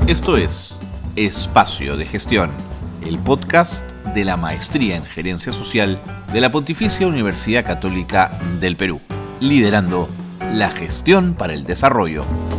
Esto es Espacio de Gestión, el podcast de la Maestría en Gerencia Social de la Pontificia Universidad Católica del Perú, liderando la gestión para el desarrollo.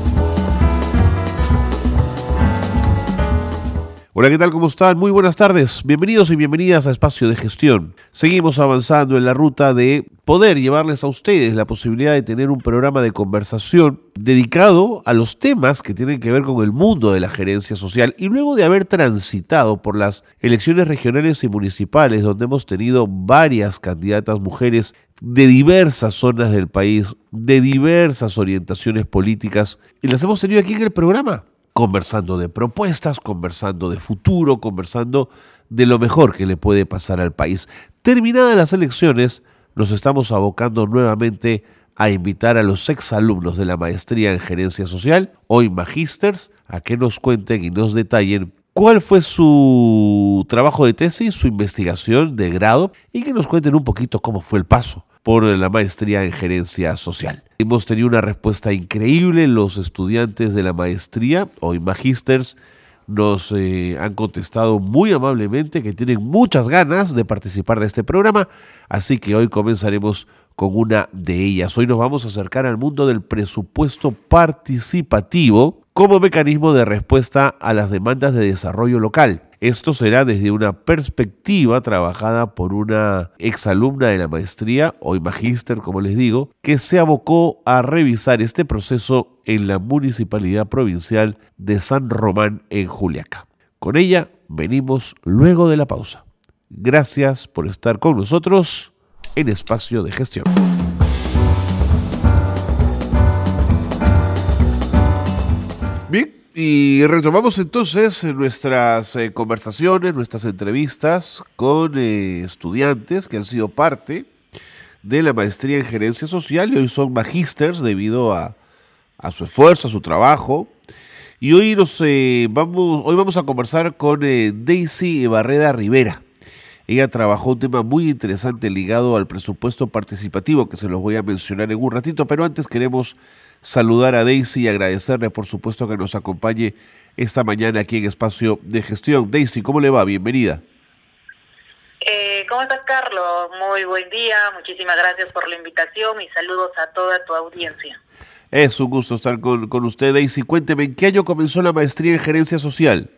Hola, ¿qué tal? ¿Cómo están? Muy buenas tardes. Bienvenidos y bienvenidas a Espacio de Gestión. Seguimos avanzando en la ruta de poder llevarles a ustedes la posibilidad de tener un programa de conversación dedicado a los temas que tienen que ver con el mundo de la gerencia social. Y luego de haber transitado por las elecciones regionales y municipales, donde hemos tenido varias candidatas mujeres de diversas zonas del país, de diversas orientaciones políticas, y las hemos tenido aquí en el programa, conversando de propuestas, conversando de futuro, conversando de lo mejor que le puede pasar al país. Terminadas las elecciones, nos estamos abocando nuevamente a invitar a los exalumnos de la Maestría en Gerencia Social, hoy magísters, a que nos cuenten y nos detallen cuál fue su trabajo de tesis, su investigación de grado, y que nos cuenten un poquito cómo fue el paso por la Maestría en Gerencia Social. Hemos tenido una respuesta increíble. Los estudiantes de la maestría, hoy magísters, nos han contestado muy amablemente que tienen muchas ganas de participar de este programa, así que hoy comenzaremos con una de ellas. Hoy nos vamos a acercar al mundo del presupuesto participativo como mecanismo de respuesta a las demandas de desarrollo local. Esto será desde una perspectiva trabajada por una exalumna de la maestría, hoy magíster, como les digo, que se abocó a revisar este proceso en la Municipalidad Provincial de San Román, en Juliaca. Con ella venimos luego de la pausa. Gracias por estar con nosotros en Espacio de Gestión. Bien, y retomamos entonces nuestras conversaciones, nuestras entrevistas con estudiantes que han sido parte de la Maestría en Gerencia Social y hoy son magísters debido a su esfuerzo, a su trabajo. Y hoy vamos a conversar con Daisy Barreda Rivera. Ella trabajó un tema muy interesante ligado al presupuesto participativo que se los voy a mencionar en un ratito, pero antes queremos saludar a Daisy y agradecerle, por supuesto, que nos acompañe esta mañana aquí en Espacio de Gestión. Daisy, ¿cómo le va? Bienvenida. ¿Cómo estás, Carlos? Muy buen día, muchísimas gracias por la invitación y saludos a toda tu audiencia. Es un gusto estar con usted, Daisy. Cuénteme, ¿en qué año comenzó la maestría en Gerencia Social?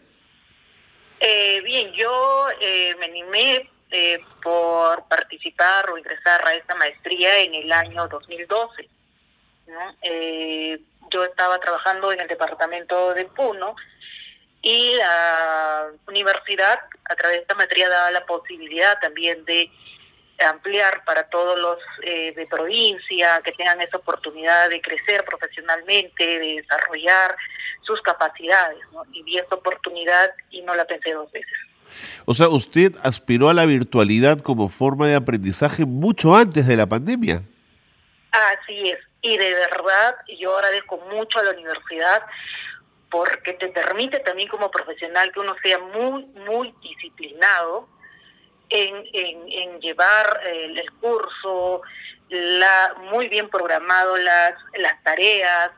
Bien, yo me animé por participar o ingresar a esta maestría en el año 2012. ¿no? Yo estaba trabajando en el departamento de Puno y la universidad, a través de esta maestría, daba la posibilidad también de ampliar para todos los de provincia, que tengan esa oportunidad de crecer profesionalmente, de desarrollar sus capacidades, ¿no? Y vi esta oportunidad y no la pensé dos veces. O sea, usted aspiró a la virtualidad como forma de aprendizaje mucho antes de la pandemia. Así es, y de verdad yo agradezco mucho a la universidad porque te permite también como profesional que uno sea muy disciplinado en llevar el curso, muy bien programado las tareas,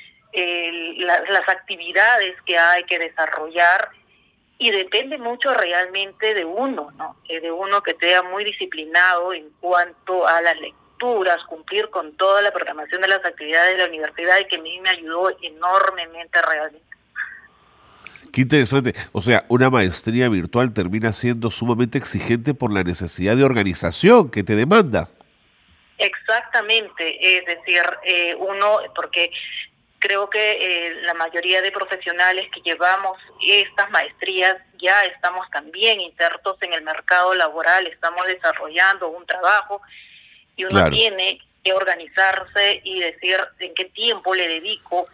las actividades que hay que desarrollar, y depende mucho realmente de uno, ¿no? De uno que sea muy disciplinado en cuanto a las lecturas, cumplir con toda la programación de las actividades de la universidad, y que a mí me ayudó enormemente realmente. Qué interesante. O sea, una maestría virtual termina siendo sumamente exigente por la necesidad de organización que te demanda. Exactamente, es decir, porque creo que la mayoría de profesionales que llevamos estas maestrías ya estamos también insertos en el mercado laboral, estamos desarrollando un trabajo y uno Claro. tiene que organizarse y decir en qué tiempo le dedico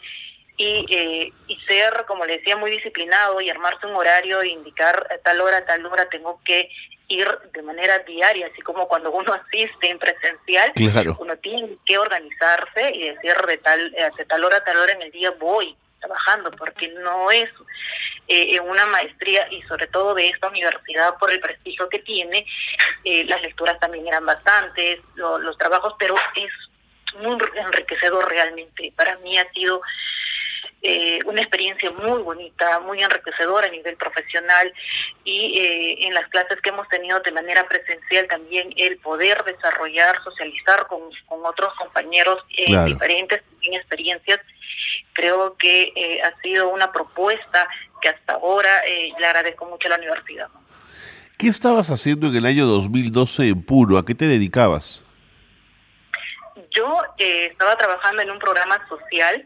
y ser, como le decía, muy disciplinado y armarse un horario e indicar a tal hora tengo que ir de manera diaria, así como cuando uno asiste en presencial. Claro. Uno tiene que organizarse y decir de tal hora en el día voy trabajando, porque no es en una maestría, y sobre todo de esta universidad por el prestigio que tiene, las lecturas también eran bastantes, los trabajos, pero es muy enriquecedor realmente. Para mí ha sido una experiencia muy bonita, muy enriquecedora a nivel profesional, y en las clases que hemos tenido de manera presencial también el poder desarrollar, socializar con otros compañeros en Claro. diferentes experiencias, creo que ha sido una propuesta que hasta ahora le agradezco mucho a la universidad, ¿no? ¿Qué estabas haciendo en el año 2012 en Puno? ¿A qué te dedicabas? Yo estaba trabajando en un programa social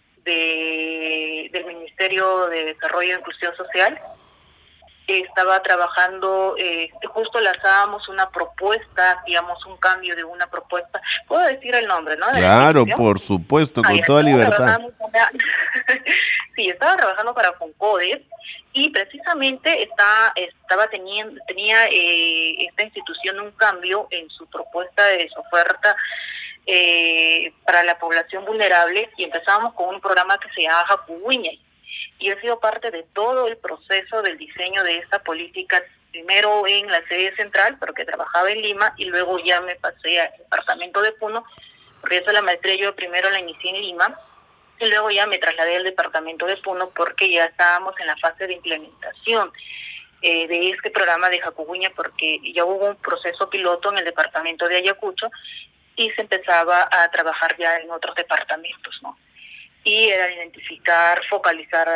del Ministerio de Desarrollo e Inclusión Social. Estaba trabajando, justo lanzábamos una propuesta, hacíamos un cambio de una propuesta. ¿Puedo decir el nombre, no? De la Claro, institución. por supuesto, con Ya, toda estaba libertad. trabajando sí, estaba trabajando para Concodes, y precisamente tenía esta institución un cambio en su propuesta de su oferta para la población vulnerable, y empezábamos con un programa que se llama Jacuguiñay, y he sido parte de todo el proceso del diseño de esta política, primero en la sede central, porque trabajaba en Lima, y luego ya me pasé al departamento de Puno, porque eso la maestría yo primero la inicié en Lima, y luego ya me trasladé al departamento de Puno porque ya estábamos en la fase de implementación de este programa de Jacuguiña, porque ya hubo un proceso piloto en el departamento de Ayacucho y se empezaba a trabajar ya en otros departamentos, ¿no? Y era identificar, focalizar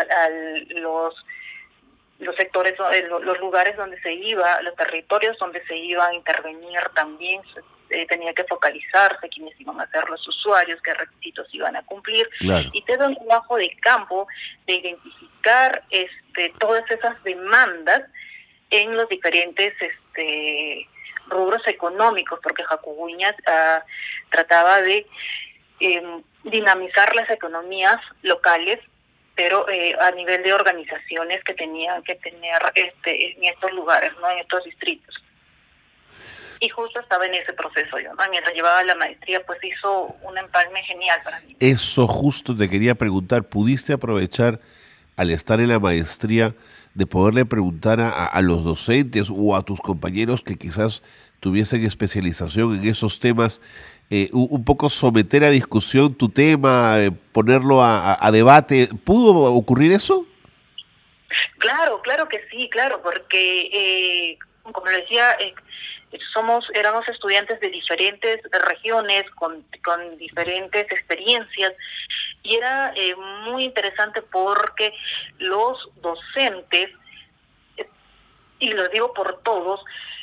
los sectores, los lugares donde se iba, los territorios donde se iba a intervenir también. Tenía que focalizarse quiénes iban a ser los usuarios, qué requisitos iban a cumplir. Claro. Y todo un trabajo de campo de identificar todas esas demandas en los diferentes rubros económicos, porque Jacuguiña trataba de dinamizar las economías locales, pero a nivel de organizaciones que tenían que tener en estos lugares, ¿no? En estos distritos. Y justo estaba en ese proceso yo, ¿no? Mientras llevaba la maestría, pues hizo un empalme genial para mí. Eso justo te quería preguntar. ¿Pudiste aprovechar al estar en la maestría de poderle preguntar a los docentes o a tus compañeros que quizás tuviesen especialización en esos temas, un poco someter a discusión tu tema, ponerlo a debate? ¿Pudo ocurrir eso? Claro que sí, claro, porque como le decía, éramos estudiantes de diferentes regiones con diferentes experiencias, y era muy interesante porque los docentes, y lo digo por todos,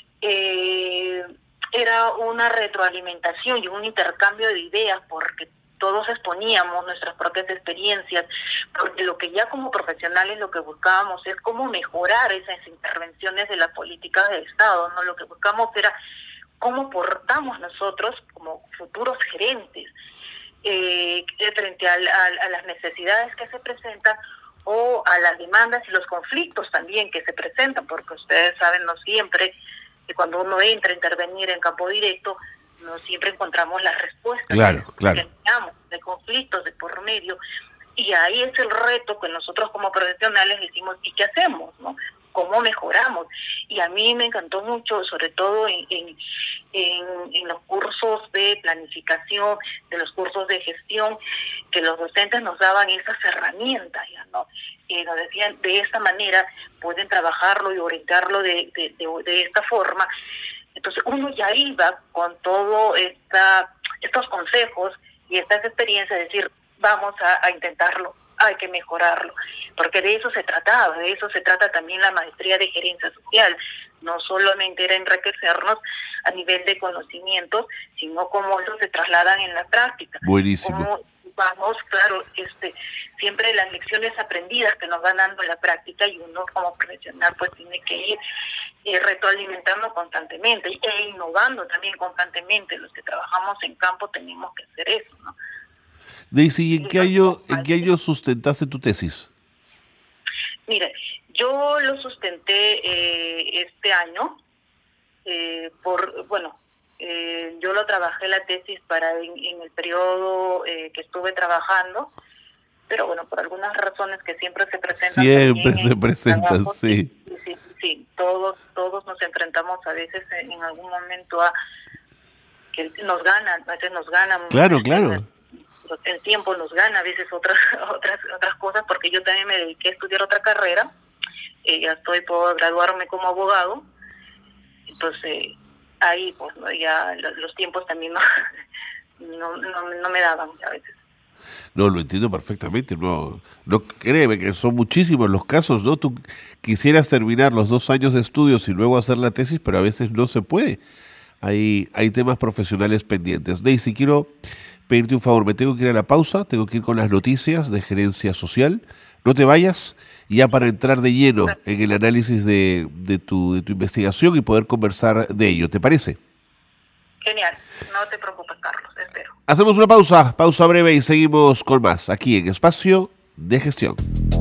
era una retroalimentación y un intercambio de ideas, porque todos exponíamos nuestras propias experiencias, porque lo que ya como profesionales lo que buscábamos es cómo mejorar esas intervenciones de las políticas del Estado, ¿no? Lo que buscamos era cómo portamos nosotros como futuros gerentes frente a las necesidades que se presentan, o a las demandas y los conflictos también que se presentan, porque ustedes saben, no siempre, que cuando uno entra a intervenir en campo directo, no siempre encontramos las respuestas. Claro. De conflictos de por medio, y ahí es el reto que nosotros como profesionales decimos, ¿y qué hacemos, no? ¿Cómo mejoramos? Y a mí me encantó mucho, sobre todo en los cursos de planificación, de los cursos de gestión, que los docentes nos daban esas herramientas, ya, ¿no? Y nos decían, de esta manera pueden trabajarlo y orientarlo de esta forma. Entonces uno ya iba con todo estos consejos y estas experiencias, es decir, vamos a intentarlo, hay que mejorarlo, porque de eso se trataba, de eso se trata también la maestría de gerencia social. No solamente era enriquecernos a nivel de conocimientos, sino cómo eso se trasladan en la práctica. Buenísimo. Cómo vamos, claro, siempre las lecciones aprendidas que nos van dando en la práctica, y uno como profesional pues tiene que ir retroalimentando constantemente e innovando también constantemente. Los que trabajamos en campo tenemos que hacer eso, ¿no? Daisy, ¿y en qué año sustentaste tu tesis? Mire, yo lo sustenté este año, yo lo trabajé la tesis en el periodo que estuve trabajando, pero bueno, por algunas razones que siempre se presentan. Siempre se presentan, sí. Sí, todos nos enfrentamos a veces en algún momento a que nos ganan, a veces nos ganan. Claro. el tiempo nos gana a veces otras cosas, porque yo también me dediqué a estudiar otra carrera. Ya estoy por graduarme como abogado, entonces ahí pues no, ya los tiempos también no me daban a veces. No, lo entiendo perfectamente. No, créeme que son muchísimos los casos, ¿no? Tú quisieras terminar los 2 años de estudios y luego hacer la tesis, pero a veces no se puede. Hay temas profesionales pendientes. Daisy, quiero pedirte un favor. Me tengo que ir a la pausa, tengo que ir con las noticias de Gerencia Social. No te vayas, ya para entrar de lleno en el análisis de tu investigación y poder conversar de ello. ¿Te parece? Genial, no te preocupes, Carlos, espero. Hacemos una pausa breve y seguimos con más aquí en Espacio de Gestión.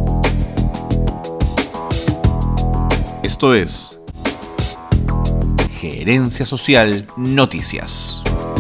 Esto es Gerencia Social Noticias.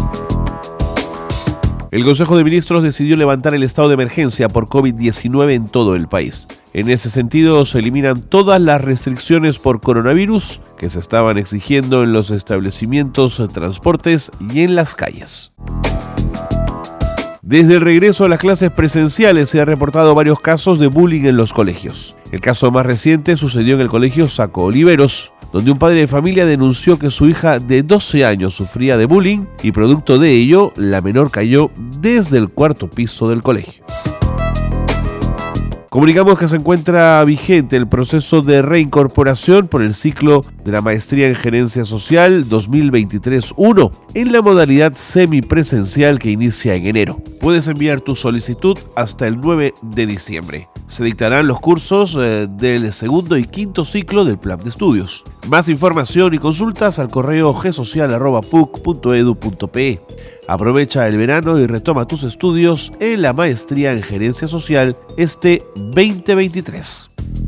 El Consejo de Ministros decidió levantar el estado de emergencia por COVID-19 en todo el país. En ese sentido, se eliminan todas las restricciones por coronavirus que se estaban exigiendo en los establecimientos, transportes y en las calles. Desde el regreso a las clases presenciales se han reportado varios casos de bullying en los colegios. El caso más reciente sucedió en el colegio Saco Oliveros, donde un padre de familia denunció que su hija de 12 años sufría de bullying y producto de ello, la menor cayó desde el 4º piso del colegio. Comunicamos que se encuentra vigente el proceso de reincorporación por el ciclo de la Maestría en Gerencia Social 2023-1 en la modalidad semipresencial que inicia en enero. Puedes enviar tu solicitud hasta el 9 de diciembre. Se dictarán los cursos del 2º y 5º ciclo del plan de estudios. Más información y consultas al correo gsocial@puc.edu.pe. Aprovecha el verano y retoma tus estudios en la Maestría en Gerencia Social este 2023.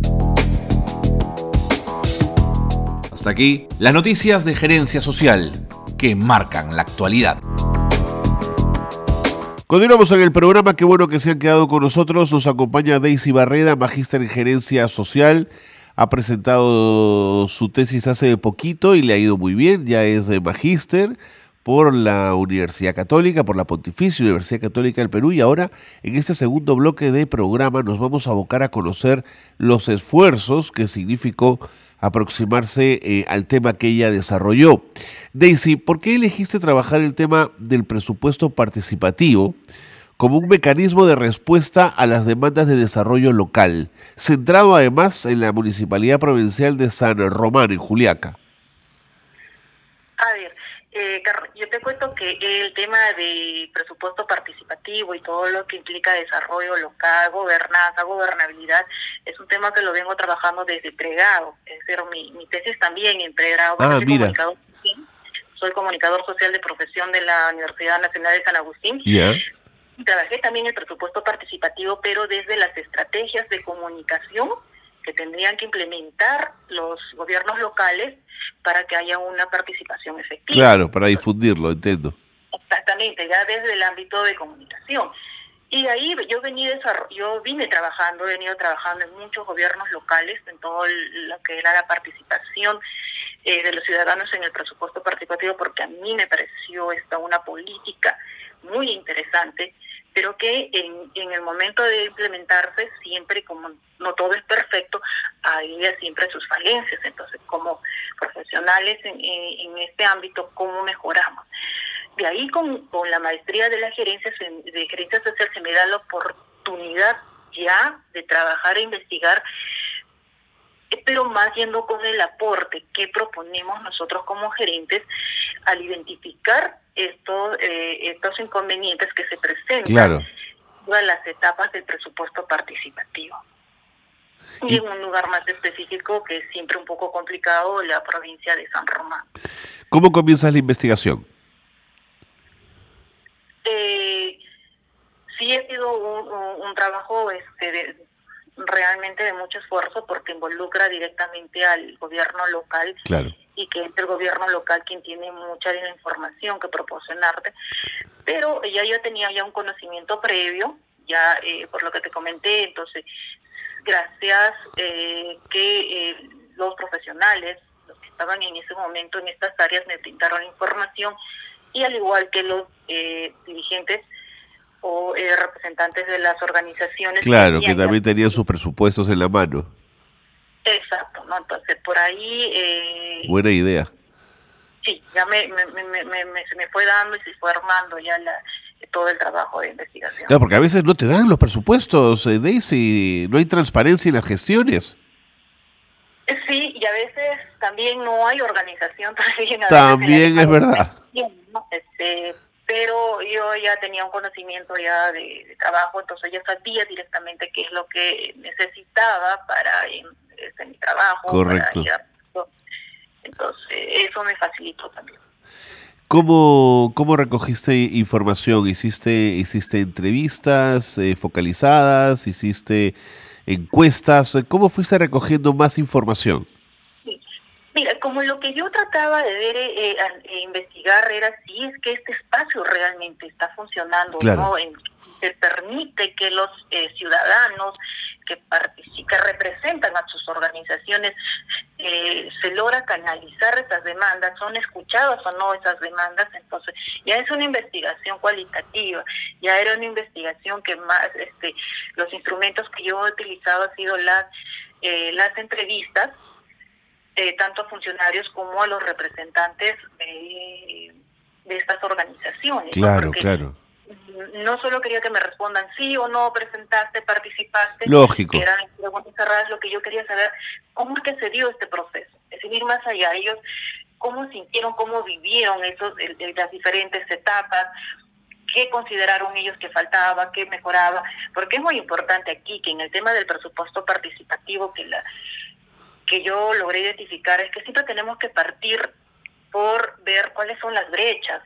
Hasta aquí las noticias de Gerencia Social que marcan la actualidad. Continuamos en el programa. Qué bueno que se han quedado con nosotros. Nos acompaña Daisy Barreda, magíster en Gerencia Social. Ha presentado su tesis hace poquito y le ha ido muy bien. Ya es magíster por la Universidad Católica, por la Pontificia Universidad Católica del Perú, y ahora en este segundo bloque de programa nos vamos a abocar a conocer los esfuerzos que significó aproximarse al tema que ella desarrolló. Daisy, ¿por qué elegiste trabajar el tema del presupuesto participativo como un mecanismo de respuesta a las demandas de desarrollo local, centrado además en la Municipalidad Provincial de San Román, en Juliaca? A ver, Carlos, yo te cuento que el tema de presupuesto participativo y todo lo que implica desarrollo local, gobernanza, gobernabilidad, es un tema que lo vengo trabajando desde pregrado. Es decir, mi tesis también en pregrado. Mira. Soy comunicador social de profesión de la Universidad Nacional de San Agustín. Yeah. Trabajé también el presupuesto participativo, pero desde las estrategias de comunicación que tendrían que implementar los gobiernos locales para que haya una participación efectiva. Claro, para difundirlo, entiendo. Exactamente, ya desde el ámbito de comunicación. Y de ahí he venido trabajando en muchos gobiernos locales, en todo lo que era la participación de los ciudadanos en el presupuesto participativo, porque a mí me pareció esta una política muy interesante, pero que en el momento de implementarse, siempre, como no todo es perfecto, había siempre sus falencias. Entonces, como profesionales en este ámbito, ¿cómo mejoramos? De ahí, con la maestría de gerencia social, se me da la oportunidad ya de trabajar e investigar, pero más yendo con el aporte que proponemos nosotros como gerentes al identificar estos inconvenientes que se presentan en las etapas del presupuesto participativo. Y en un lugar más específico, que es siempre un poco complicado, la provincia de San Román. ¿Cómo comienzas la investigación? Sí, ha sido un trabajo realmente de mucho esfuerzo, porque involucra directamente al gobierno local. Claro. Y que es el gobierno local quien tiene mucha de la información que proporcionarte. Pero yo tenía ya un conocimiento previo, ya por lo que te comenté. Entonces, gracias que los profesionales, los que estaban en ese momento en estas áreas, me brindaron información, y al igual que los dirigentes o representantes de las organizaciones. Claro, que también tenían sus presupuestos en la mano. Exacto, ¿no? Entonces, por ahí... Buena idea. Sí, ya se me fue dando y se fue armando ya todo el trabajo de investigación. Claro, porque a veces no te dan los presupuestos, Daisy, no hay transparencia en las gestiones. Sí, y a veces también no hay organización. También es verdad. ¿No? Pero yo ya tenía un conocimiento ya de trabajo, entonces ya sabía directamente qué es lo que necesitaba para mi trabajo. Correcto. Entonces eso me facilitó también. ¿Cómo recogiste información? ¿Hiciste entrevistas focalizadas? ¿Hiciste encuestas? ¿Cómo fuiste recogiendo más información? Sí. Mira, como lo que yo trataba de ver e investigar era si es que este espacio realmente está funcionando, claro, ¿no? Que permite que los ciudadanos que representan a sus organizaciones se logra canalizar esas demandas, son escuchadas o no esas demandas. Entonces ya es una investigación cualitativa, ya era una investigación que más los instrumentos que yo he utilizado han sido las entrevistas, tanto a funcionarios como a los representantes de estas organizaciones. Claro, ¿no? Porque claro. No solo quería que me respondan sí o no, presentaste, participaste. Lógico. Que eran preguntas cerradas, lo que yo quería saber, cómo es que se dio este proceso. Es decir, ir más allá, ellos cómo sintieron, cómo vivieron las diferentes etapas, qué consideraron ellos que faltaba, qué mejoraba, porque es muy importante aquí que en el tema del presupuesto participativo que yo logré identificar es que siempre tenemos que partir por ver cuáles son las brechas,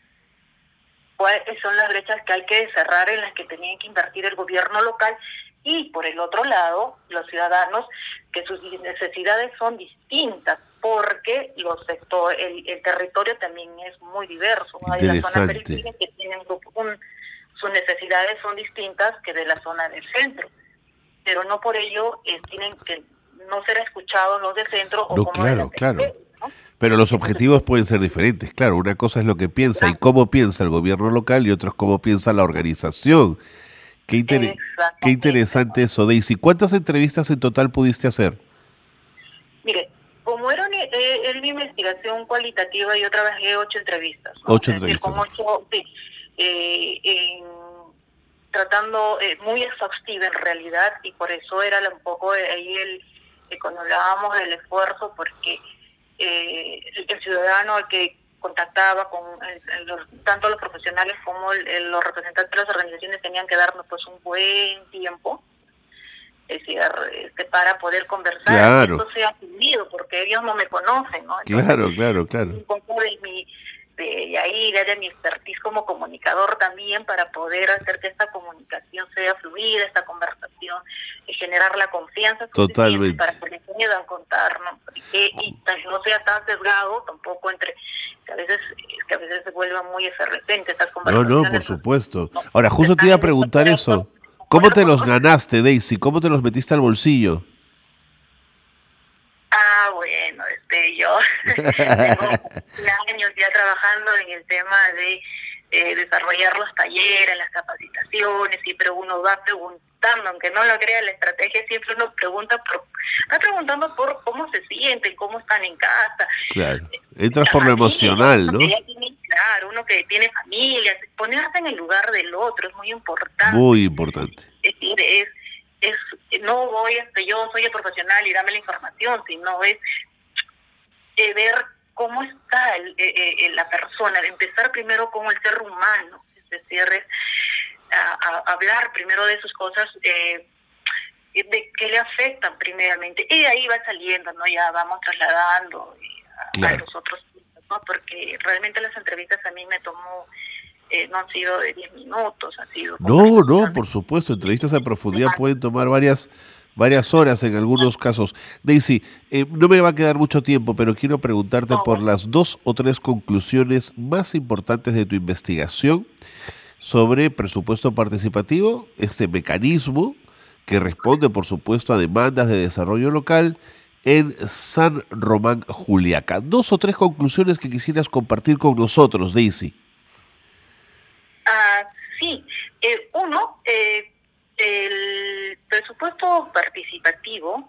cuáles son las brechas que hay que cerrar, en las que tenían que invertir el gobierno local, y por el otro lado, los ciudadanos, que sus necesidades son distintas, porque el territorio también es muy diverso. Hay las zonas periféricas que tienen sus necesidades son distintas que de la zona del centro, pero no por ello tienen que no ser escuchados los del centro. No, claro, claro. ¿No? Pero los objetivos pueden ser diferentes, claro. Una cosa es lo que piensa y cómo piensa el gobierno local, y otro es cómo piensa la organización. Qué interesante eso, Daisy. ¿Cuántas entrevistas en total pudiste hacer? Mire, como era una investigación cualitativa, yo trabajé 8 entrevistas. ¿no? 8 entrevistas. Como 8, tratando muy exhaustiva en realidad, y por eso era un poco ahí cuando hablábamos del esfuerzo, porque el ciudadano al que contactaba con tanto los profesionales como los representantes de las organizaciones tenían que darnos pues un buen tiempo, es decir, para poder conversar. Claro. Esto sea fluido, porque ellos no me conocen, ¿no? Entonces, claro. Un poco de mi expertise como comunicador también, para poder hacer que esta comunicación sea fluida, esta conversación, y generar la confianza totalmente para que les puedan contar, ¿no? Y no sea tan sesgado tampoco que a veces se vuelvan muy efervescentes estas conversaciones. No, por supuesto. Ahora, justo te iba a preguntar eso. ¿Cómo te los ganaste, Daisy? ¿Cómo te los metiste al bolsillo? Bueno, yo tengo años ya trabajando en el tema de desarrollar los talleres, las capacitaciones, siempre uno va preguntando, aunque no lo crea la estrategia, siempre uno va preguntando por cómo se sienten, cómo están en casa. Claro, entras por lo emocional, ¿no? Claro, uno que tiene familia, ponerse en el lugar del otro es muy importante. Muy importante. Es decir, no voy yo soy el profesional y dame la información, sino es ver cómo está la persona, de empezar primero con el ser humano, es decir, hablar primero de sus cosas, de que le afectan primeramente, y de ahí va saliendo, ¿no? Ya vamos trasladando a los otros puntos, ¿no? Porque realmente las entrevistas a mí me tomó, no han sido de 10 minutos, han sido... No, por supuesto, entrevistas a profundidad pueden tomar varias horas en algunos casos. Daisy, no me va a quedar mucho tiempo, pero quiero preguntarte por las 2 o 3 conclusiones más importantes de tu investigación sobre presupuesto participativo, este mecanismo que responde, por supuesto, a demandas de desarrollo local en San Román, Juliaca. 2 o 3 conclusiones que quisieras compartir con nosotros, Daisy. Sí, el presupuesto participativo,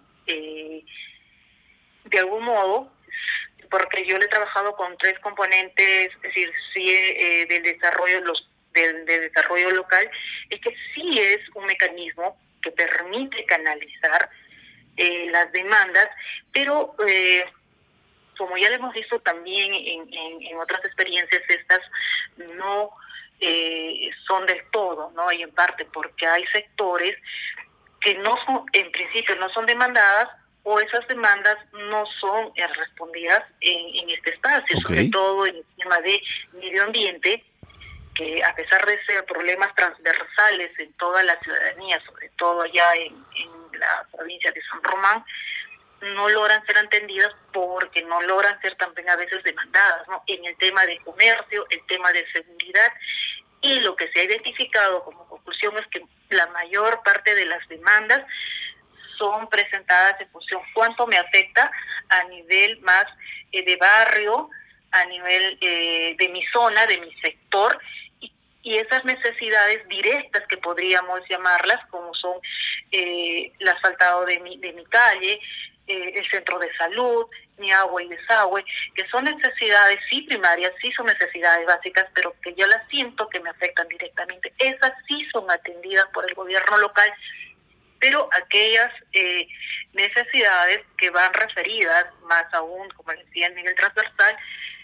de algún modo, porque yo le he trabajado con 3 componentes, es decir, sí, del desarrollo del desarrollo local, es que sí es un mecanismo que permite canalizar las demandas, pero como ya lo hemos visto también en otras experiencias, estas no son del todo, ¿no? Y en parte porque hay sectores que no son, en principio no son demandadas, o esas demandas no son respondidas en este espacio, Okay. sobre todo en el tema de medio ambiente, que a pesar de ser problemas transversales en toda la ciudadanía, sobre todo allá en la provincia de San Román, no logran ser entendidas porque no logran ser también a veces demandadas, ¿no? En el tema de comercio, el tema de seguridad, y lo que se ha identificado como conclusión es que la mayor parte de las demandas son presentadas en función cuánto me afecta a nivel más de barrio, a nivel de mi zona, de mi sector, y esas necesidades directas que podríamos llamarlas, como son el asfaltado de mi calle, el centro de salud, mi agua y desagüe, que son necesidades sí primarias, sí son necesidades básicas, pero que yo las siento que me afectan directamente. Esas sí son atendidas por el gobierno local, pero aquellas necesidades que van referidas, más aún, como decía, en nivel transversal,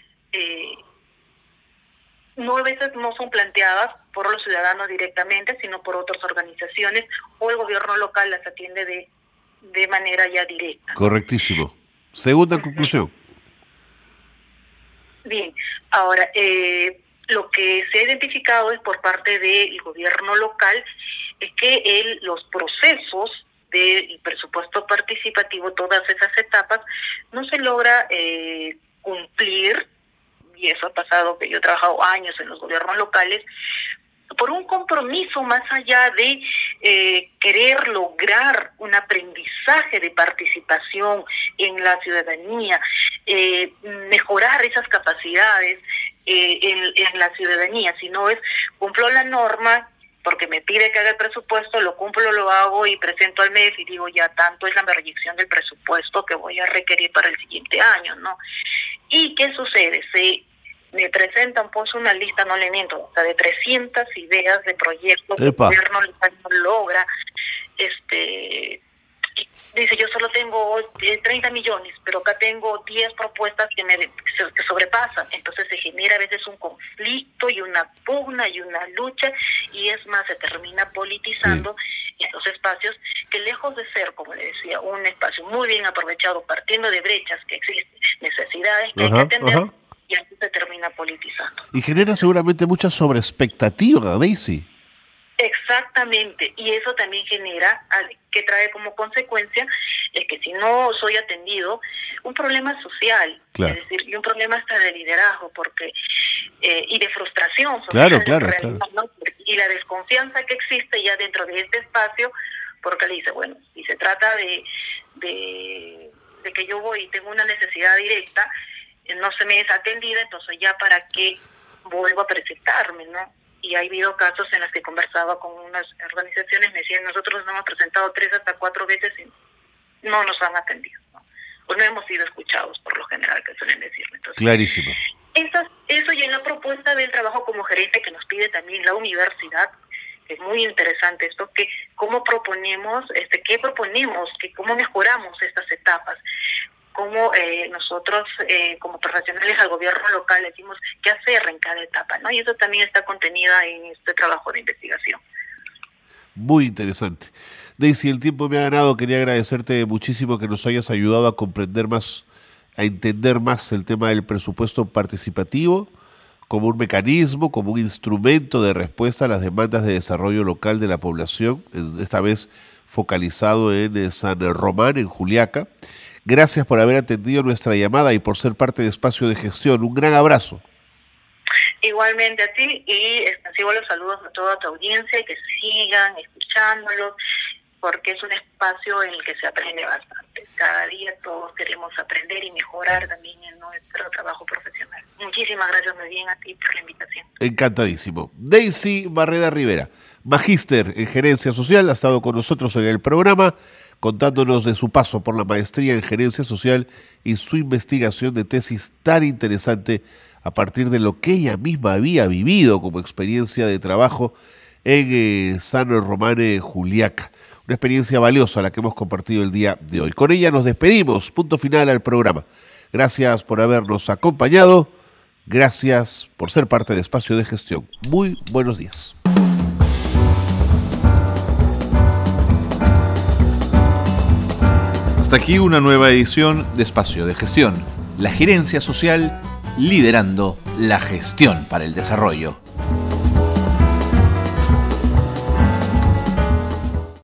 no, a veces no son planteadas por los ciudadanos directamente, sino por otras organizaciones, o el gobierno local las atiende de manera ya directa. Correctísimo. Segunda conclusión. Bien, ahora, lo que se ha identificado es por parte del gobierno local es que los procesos del presupuesto participativo, todas esas etapas, no se logra cumplir, y eso ha pasado, que yo he trabajado años en los gobiernos locales, por un compromiso más allá de querer lograr un aprendizaje de participación en la ciudadanía, mejorar esas capacidades en la ciudadanía, sino es cumplo la norma porque me pide que haga el presupuesto, lo cumplo, lo hago y presento al mes y digo ya tanto es la proyección del presupuesto que voy a requerir para el siguiente año, ¿no? ¿Y qué sucede? Me presentan pues una lista, no le miento, o sea, de 300 ideas de proyectos que el gobierno no logra, dice yo solo tengo 30 millones, pero acá tengo 10 propuestas que sobrepasan, entonces se genera a veces un conflicto y una pugna y una lucha, y es más, se termina politizando estos espacios que, lejos de ser, como le decía, un espacio muy bien aprovechado, partiendo de brechas que existen, necesidades que hay que atender, y así se termina politizando. Y genera seguramente mucha sobreexpectativa, Daisy. Exactamente, y eso también genera, que trae como consecuencia, es que si no soy atendido, un problema social, claro. Es decir, y un problema hasta de liderazgo, porque y de frustración social, claro. ¿No? Y la desconfianza que existe ya dentro de este espacio, porque le dice, bueno, si se trata de que yo voy y tengo una necesidad directa, no se me es atendida, entonces ya para qué vuelvo a presentarme, ¿no? Y ha habido casos en los que conversaba con unas organizaciones, me decían, nosotros nos hemos presentado 3 hasta 4 veces y no nos han atendido, ¿no? Pues no hemos sido escuchados, por lo general, que suelen decirme. Entonces, clarísimo. Eso y en la propuesta del trabajo como gerente que nos pide también la universidad, que es muy interesante esto, que cómo proponemos, qué proponemos, que cómo mejoramos estas etapas, cómo nosotros como profesionales al gobierno local decimos qué hacer en cada etapa, ¿no? Y eso también está contenida en este trabajo de investigación. Muy interesante. Daisy, el tiempo me ha ganado. Quería agradecerte muchísimo que nos hayas ayudado a comprender más, a entender más el tema del presupuesto participativo como un mecanismo, como un instrumento de respuesta a las demandas de desarrollo local de la población, esta vez focalizado en San Román, en Juliaca. Gracias por haber atendido nuestra llamada y por ser parte de Espacio de Gestión. Un gran abrazo. Igualmente a ti, y extensivo los saludos a toda tu audiencia y que sigan escuchándolos, porque es un espacio en el que se aprende bastante. cada día todos queremos aprender y mejorar también en nuestro trabajo profesional. Muchísimas gracias muy bien a ti por la invitación. Encantadísimo. Daisy Barreda Rivera, magíster en gerencia social, ha estado con nosotros en el programa contándonos de su paso por la maestría en gerencia social y su investigación de tesis tan interesante a partir de lo que ella misma había vivido como experiencia de trabajo en San Román Juliaca. Una experiencia valiosa la que hemos compartido el día de hoy. Con ella nos despedimos, punto final al programa. Gracias por habernos acompañado, gracias por ser parte de Espacio de Gestión. Muy buenos días. Hasta aquí una nueva edición de Espacio de Gestión. La gerencia social liderando la gestión para el desarrollo.